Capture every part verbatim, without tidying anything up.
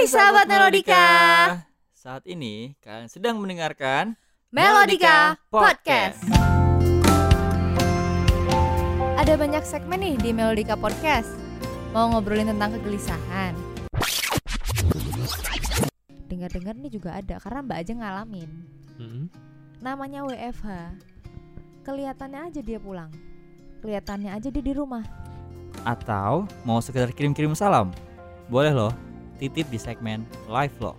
Hai sahabat Melodika. Saat ini kalian sedang mendengarkan Melodika Podcast. Ada banyak segmen nih di Melodika Podcast. Mau ngobrolin tentang kegelisahan. Dengar-dengar nih juga ada, karena Mbak aja ngalamin. Mm-hmm. Namanya W F H. Kelihatannya aja dia pulang, kelihatannya aja dia di rumah. Atau mau sekedar kirim-kirim salam, boleh loh, titip di segmen Live Love.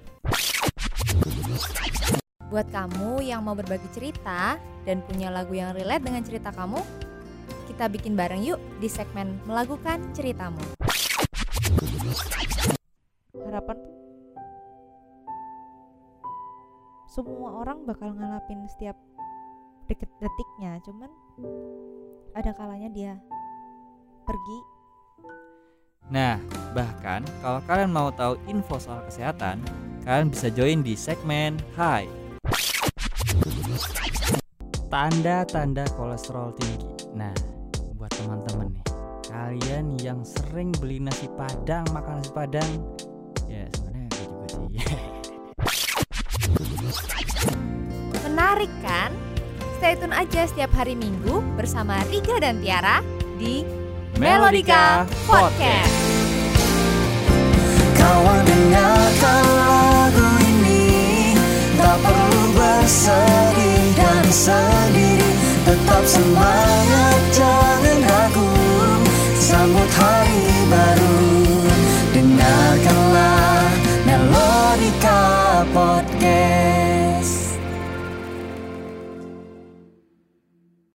Buat kamu yang mau berbagi cerita dan punya lagu yang relate dengan cerita kamu, kita bikin bareng yuk di segmen Melagukan Ceritamu. Harapan semua orang bakal ngalapin setiap detik-detiknya, cuman ada kalanya dia pergi. Nah, bahkan kalau kalian mau tahu info soal kesehatan, kalian bisa join di segmen Hai. Tanda-tanda kolesterol tinggi. Nah, buat teman-teman nih, kalian yang sering beli nasi padang, makan nasi padang, ya sebenarnya gue juga sih. Menarik kan? Stay tune aja setiap hari Minggu bersama Riga dan Tiara di Melodika Podcast. Kawan dengarkan lagu ini, tak perlu bersedih dan sendiri, tetap semangat.